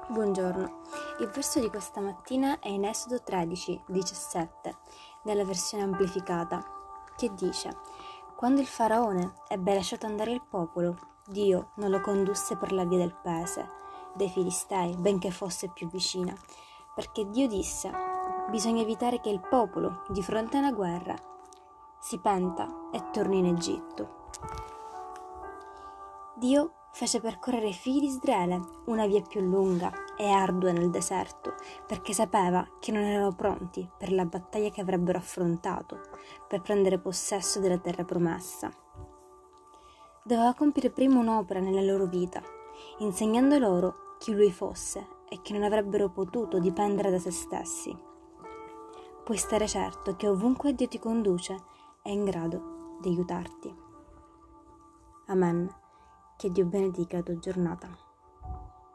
Buongiorno, il verso di questa mattina è in Esodo 13, 17, nella versione amplificata, che dice: Quando il faraone ebbe lasciato andare il popolo, Dio non lo condusse per la via del paese dei Filistei, benché fosse più vicina, perché Dio disse: bisogna evitare che il popolo, di fronte a una guerra, si penta e torni in Egitto. Dio fece percorrere ai figli di Israele una via più lunga e ardua nel deserto, perché sapeva che non erano pronti per la battaglia che avrebbero affrontato per prendere possesso della terra promessa. Doveva compiere prima un'opera nella loro vita, insegnando loro chi Lui fosse e che non avrebbero potuto dipendere da se stessi. Puoi stare certo che ovunque Dio ti conduce è in grado di aiutarti. Amen. Che Dio benedica la tua giornata.